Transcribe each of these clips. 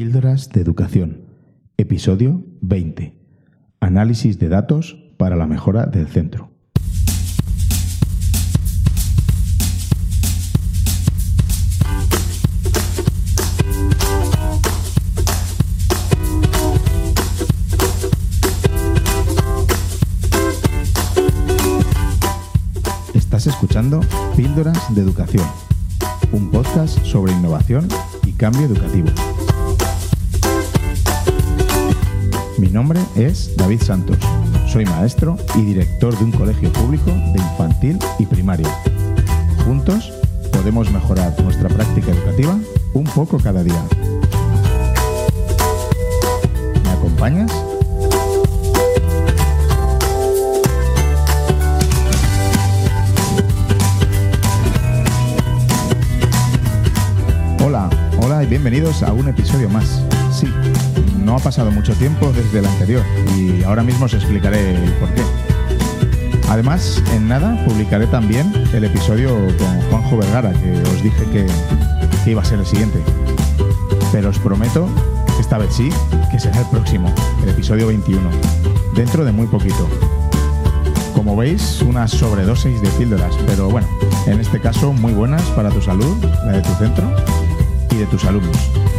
Píldoras de Educación, episodio 20. Análisis de datos para la mejora del centro. Estás escuchando Píldoras de Educación, un podcast sobre innovación y cambio educativo. Mi nombre es David Santos, soy maestro y director de un colegio público de infantil y primaria. Juntos podemos mejorar nuestra práctica educativa un poco cada día. ¿Me acompañas? Hola y bienvenidos a un episodio más. Sí, no ha pasado mucho tiempo desde el anterior y ahora mismo os explicaré el porqué. Además, en nada publicaré también el episodio con Juanjo Vergara, que os dije que iba a ser el siguiente. Pero os prometo que esta vez sí, que será el próximo, el episodio 21, dentro de muy poquito. Como veis, una sobredosis de píldoras, pero bueno, en este caso muy buenas para tu salud, la de tu centro y de tus alumnos.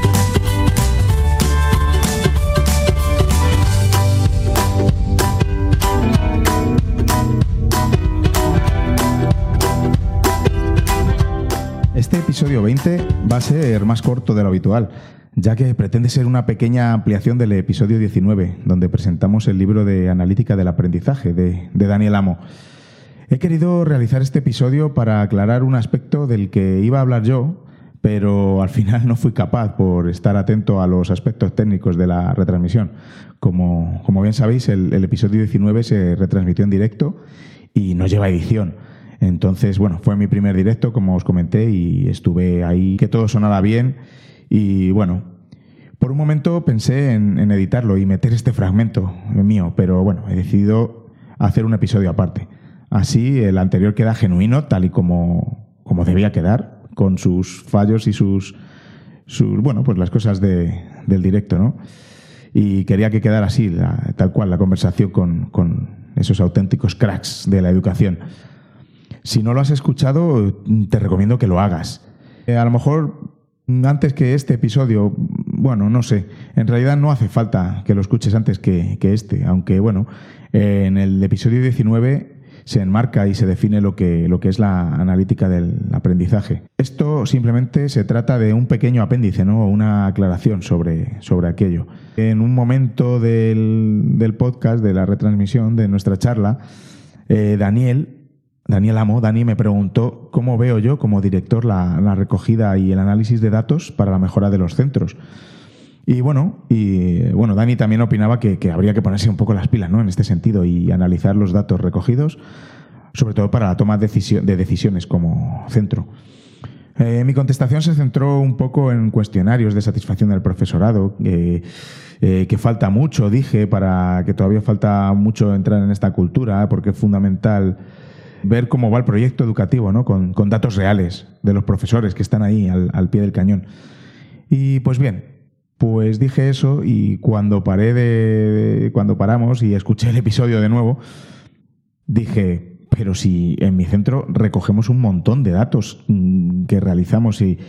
Este episodio 20 va a ser más corto de lo habitual, ya que pretende ser una pequeña ampliación del episodio 19, donde presentamos el libro de Analítica del Aprendizaje de Daniel Amo. He querido realizar este episodio para aclarar un aspecto del que iba a hablar yo, pero al final no fui capaz por estar atento a los aspectos técnicos de la retransmisión. Como bien sabéis, el episodio 19 se retransmitió en directo y no lleva edición. Entonces, bueno, fue mi primer directo, como os comenté, y estuve ahí, que todo sonara bien. Y bueno, por un momento pensé en editarlo y meter este fragmento mío, pero bueno, he decidido hacer un episodio aparte. Así el anterior queda genuino, tal y como debía quedar, con sus fallos y sus bueno, pues las cosas del directo, ¿no? Y quería que quedara así, tal cual, la conversación con esos auténticos cracks de la educación. Si no lo has escuchado, te recomiendo que lo hagas. A lo mejor antes que este episodio, bueno, no sé, en realidad no hace falta que lo escuches antes que este, aunque bueno, en el episodio 19 se enmarca y se define lo que es la analítica del aprendizaje. Esto simplemente se trata de un pequeño apéndice, ¿no? Una aclaración sobre aquello. En un momento del podcast, de la retransmisión, de nuestra charla, Dani me preguntó cómo veo yo como director la recogida y el análisis de datos para la mejora de los centros. Y bueno, Dani también opinaba que habría que ponerse un poco las pilas, ¿no? En este sentido, y analizar los datos recogidos, sobre todo para la toma de decisiones como centro. Mi contestación se centró un poco en cuestionarios de satisfacción del profesorado, que falta mucho, dije, que todavía falta mucho entrar en esta cultura, porque es fundamental ver cómo va el proyecto educativo, ¿no? Con datos reales de los profesores que están ahí al pie del cañón. Y pues bien, pues dije eso, y cuando paramos y escuché el episodio de nuevo, dije, pero si en mi centro recogemos un montón de datos que realizamos y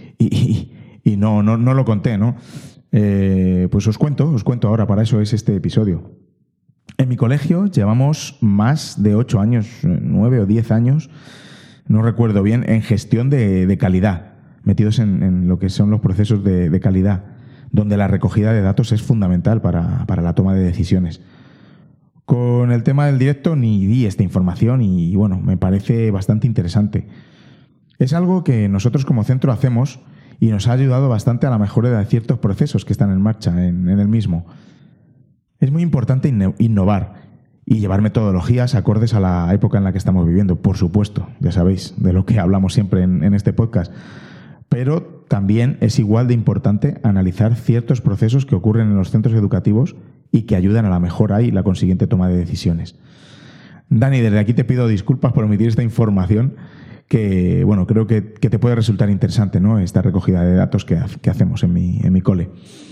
no lo conté, ¿no? Pues os cuento ahora, para eso es este episodio. En mi colegio llevamos más de 8 años, 9 o 10 años, no recuerdo bien, en gestión de calidad, metidos en lo que son los procesos de calidad, donde la recogida de datos es fundamental para la toma de decisiones. Con el tema del directo ni di esta información y bueno, me parece bastante interesante. Es algo que nosotros como centro hacemos y nos ha ayudado bastante a la mejora de ciertos procesos que están en marcha en el mismo. Es muy importante innovar y llevar metodologías acordes a la época en la que estamos viviendo, por supuesto, ya sabéis de lo que hablamos siempre en este podcast. Pero también es igual de importante analizar ciertos procesos que ocurren en los centros educativos y que ayudan a la mejora y la consiguiente toma de decisiones. Dani, desde aquí te pido disculpas por omitir esta información que, bueno, creo que te puede resultar interesante, ¿no? Esta recogida de datos que hacemos en mi cole.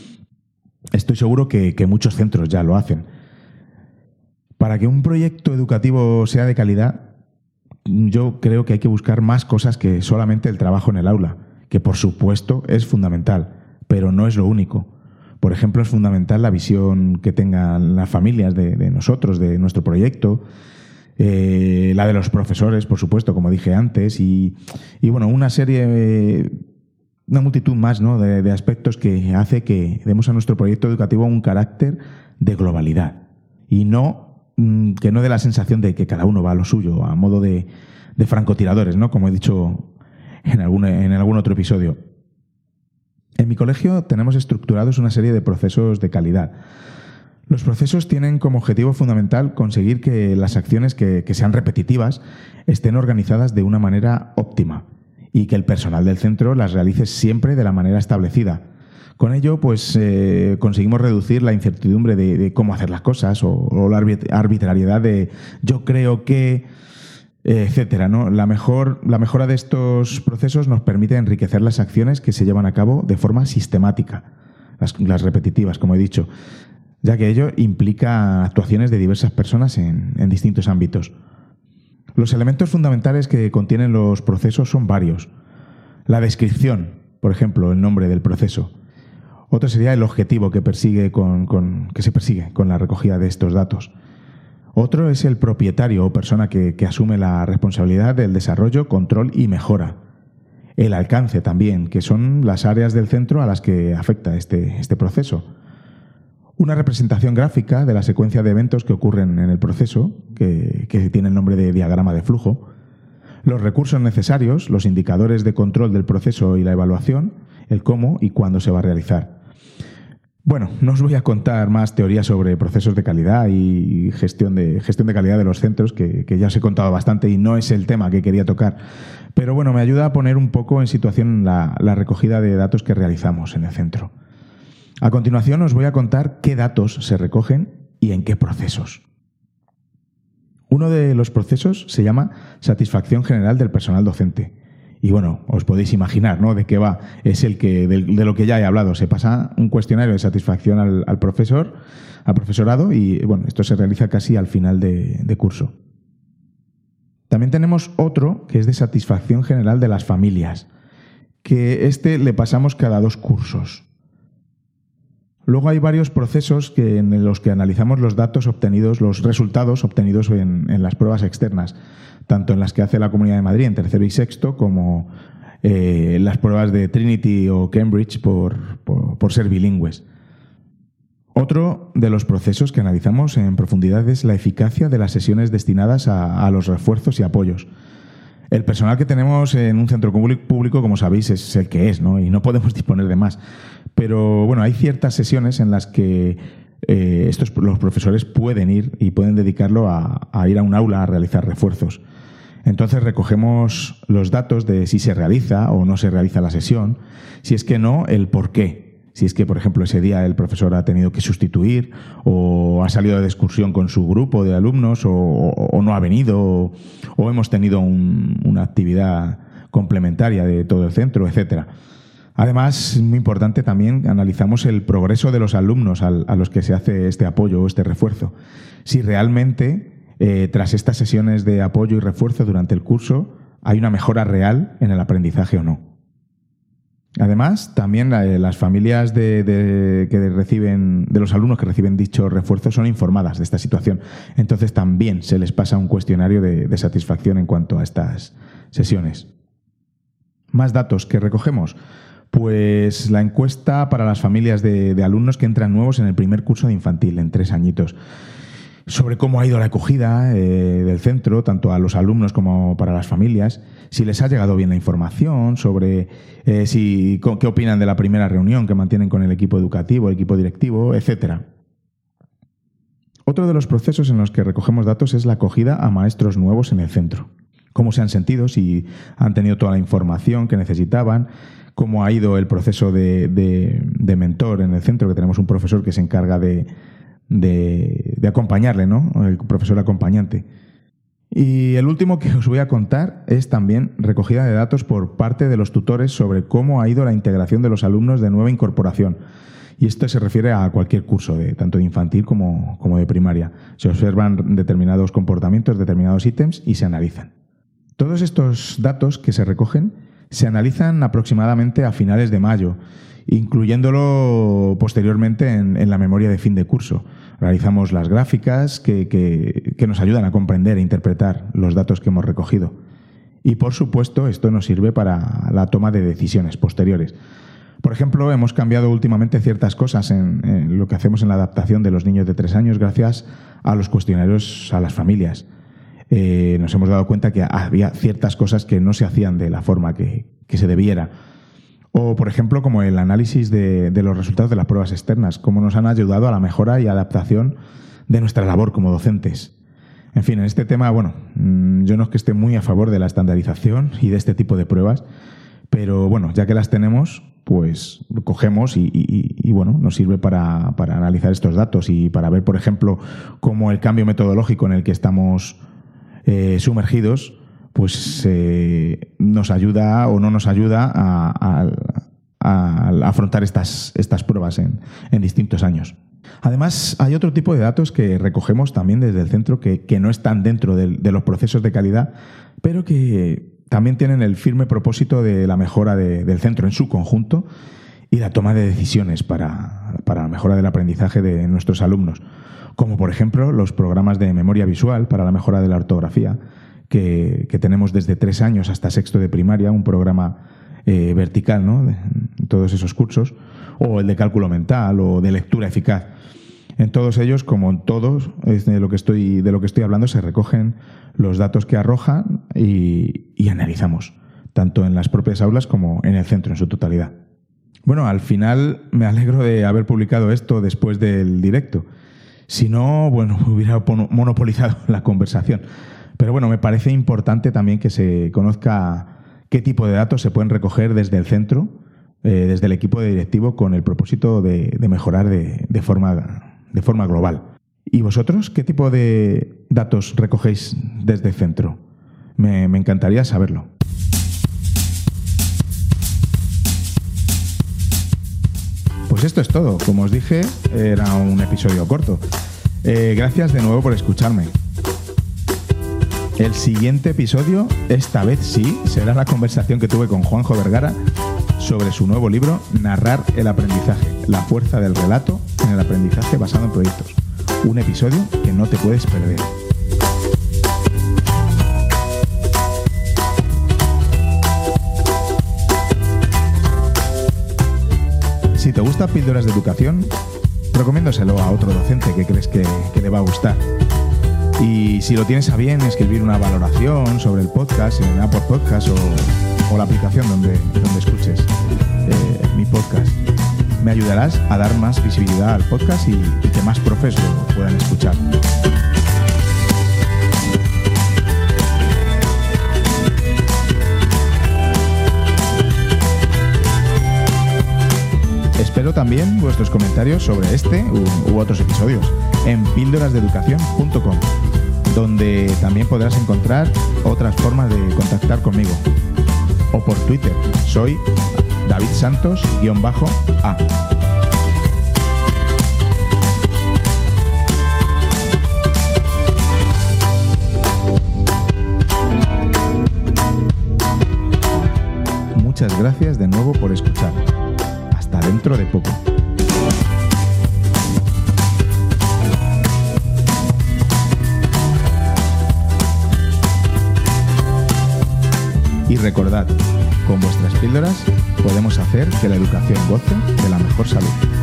Estoy seguro que muchos centros ya lo hacen. Para que un proyecto educativo sea de calidad, yo creo que hay que buscar más cosas que solamente el trabajo en el aula, que por supuesto es fundamental, pero no es lo único. Por ejemplo, es fundamental la visión que tengan las familias de nosotros, de nuestro proyecto, la de los profesores, por supuesto, como dije antes, y bueno, una multitud más, ¿no?, de aspectos que hace que demos a nuestro proyecto educativo un carácter de globalidad y que no dé la sensación de que cada uno va a lo suyo, a modo de francotiradores, ¿no?, como he dicho en algún otro episodio. En mi colegio tenemos estructurados una serie de procesos de calidad. Los procesos tienen como objetivo fundamental conseguir que las acciones que sean repetitivas estén organizadas de una manera óptima y que el personal del centro las realice siempre de la manera establecida. Con ello, pues conseguimos reducir la incertidumbre de cómo hacer las cosas o la arbitrariedad de yo creo que, etcétera, ¿no? La mejora de estos procesos nos permite enriquecer las acciones que se llevan a cabo de forma sistemática, las repetitivas, como he dicho, ya que ello implica actuaciones de diversas personas en distintos ámbitos. Los elementos fundamentales que contienen los procesos son varios. La descripción, por ejemplo, el nombre del proceso. Otro sería el objetivo que se persigue con la recogida de estos datos. Otro es el propietario o persona que asume la responsabilidad del desarrollo, control y mejora. El alcance también, que son las áreas del centro a las que afecta este proceso. Una representación gráfica de la secuencia de eventos que ocurren en el proceso, que tiene el nombre de diagrama de flujo. Los recursos necesarios, los indicadores de control del proceso y la evaluación, el cómo y cuándo se va a realizar. Bueno, no os voy a contar más teorías sobre procesos de calidad y gestión de calidad de los centros, que ya os he contado bastante y no es el tema que quería tocar. Pero bueno, me ayuda a poner un poco en situación la recogida de datos que realizamos en el centro. A continuación os voy a contar qué datos se recogen y en qué procesos. Uno de los procesos se llama satisfacción general del personal docente. Y bueno, os podéis imaginar, ¿no?, de qué va. Es de lo que ya he hablado. Se pasa un cuestionario de satisfacción al profesorado y bueno, esto se realiza casi al final de curso. También tenemos otro que es de satisfacción general de las familias, que le pasamos cada 2 cursos. Luego hay varios procesos en los que analizamos los resultados obtenidos en las pruebas externas, tanto en las que hace la Comunidad de Madrid en tercero y sexto, como las pruebas de Trinity o Cambridge por ser bilingües. Otro de los procesos que analizamos en profundidad es la eficacia de las sesiones destinadas a los refuerzos y apoyos. El personal que tenemos en un centro público, como sabéis, es el que es, ¿no?, y no podemos disponer de más. Pero bueno, hay ciertas sesiones en las que los profesores pueden ir y pueden dedicarlo a ir a un aula a realizar refuerzos. Entonces recogemos los datos de si se realiza o no se realiza la sesión, si es que no, el por qué. Si es que, por ejemplo, ese día el profesor ha tenido que sustituir o ha salido de excursión con su grupo de alumnos o no ha venido o hemos tenido una actividad complementaria de todo el centro, etcétera. Además, es muy importante también, analizamos el progreso de los alumnos a los que se hace este apoyo o este refuerzo. Si realmente, tras estas sesiones de apoyo y refuerzo durante el curso, hay una mejora real en el aprendizaje o no. Además, también las familias de los alumnos que reciben dicho refuerzo son informadas de esta situación. Entonces también se les pasa un cuestionario de satisfacción en cuanto a estas sesiones. Más datos que recogemos. Pues la encuesta para las familias de alumnos que entran nuevos en el primer curso de infantil, en 3 añitos. Sobre cómo ha ido la acogida del centro, tanto a los alumnos como para las familias, si les ha llegado bien la información, sobre qué opinan de la primera reunión que mantienen con el equipo educativo, el equipo directivo, etc. Otro de los procesos en los que recogemos datos es la acogida a maestros nuevos en el centro. Cómo se han sentido, si han tenido toda la información que necesitaban, cómo ha ido el proceso de mentor en el centro, que tenemos un profesor que se encarga de acompañarle, ¿no?, el profesor acompañante. Y el último que os voy a contar es también recogida de datos por parte de los tutores sobre cómo ha ido la integración de los alumnos de nueva incorporación. Y esto se refiere a cualquier curso, tanto de infantil como de primaria. Se observan determinados comportamientos, determinados ítems y se analizan. Todos estos datos que se recogen se analizan aproximadamente a finales de mayo, incluyéndolo posteriormente en la memoria de fin de curso. Realizamos las gráficas que nos ayudan a comprender e interpretar los datos que hemos recogido. Y, por supuesto, esto nos sirve para la toma de decisiones posteriores. Por ejemplo, hemos cambiado últimamente ciertas cosas en lo que hacemos en la adaptación de los niños de 3 años gracias a los cuestionarios a las familias. Nos hemos dado cuenta que había ciertas cosas que no se hacían de la forma que se debiera. O, por ejemplo, como el análisis de los resultados de las pruebas externas, cómo nos han ayudado a la mejora y adaptación de nuestra labor como docentes. En fin, en este tema, bueno, yo no es que esté muy a favor de la estandarización y de este tipo de pruebas, pero bueno, ya que las tenemos, pues cogemos y bueno, nos sirve para analizar estos datos y para ver, por ejemplo, cómo el cambio metodológico en el que estamos sumergidos pues nos ayuda o no nos ayuda a afrontar estas pruebas en distintos años. Además, hay otro tipo de datos que recogemos también desde el centro que no están dentro de los procesos de calidad, pero que también tienen el firme propósito de la mejora del centro en su conjunto y la toma de decisiones para la mejora del aprendizaje de nuestros alumnos, como por ejemplo los programas de memoria visual para la mejora de la ortografía, que tenemos desde 3 años hasta 6º de primaria, un programa vertical, ¿no?, de todos esos cursos, o el de cálculo mental o de lectura eficaz. En todos ellos, como en todos, de lo que estoy hablando, se recogen los datos que arrojan y analizamos, tanto en las propias aulas como en el centro en su totalidad. Bueno, al final me alegro de haber publicado esto después del directo. Si no, bueno, hubiera monopolizado la conversación. Pero bueno, me parece importante también que se conozca qué tipo de datos se pueden recoger desde el centro, desde el equipo de directivo, con el propósito de mejorar de forma global. ¿Y vosotros qué tipo de datos recogéis desde el centro? Me encantaría saberlo. Pues esto es todo. Como os dije, era un episodio corto. Gracias de nuevo por escucharme. El siguiente episodio, esta vez sí, será la conversación que tuve con Juanjo Vergara sobre su nuevo libro Narrar el aprendizaje, la fuerza del relato en el aprendizaje basado en proyectos. Un episodio que no te puedes perder. Si te gusta Píldoras de Educación, recomiéndoselo a otro docente que crees que le va a gustar. Y si lo tienes a bien, escribir una valoración sobre el podcast en Apple Podcast o la aplicación donde escuches mi podcast. Me ayudarás a dar más visibilidad al podcast y que más profes lo puedan escuchar. Espero también vuestros comentarios sobre este u otros episodios en pildorasdeeducacion.com, donde también podrás encontrar otras formas de contactar conmigo. O por Twitter, soy David Santos_A. Muchas gracias de nuevo por escuchar. Hasta dentro de poco. Y recordad, con vuestras píldoras podemos hacer que la educación goce de la mejor salud.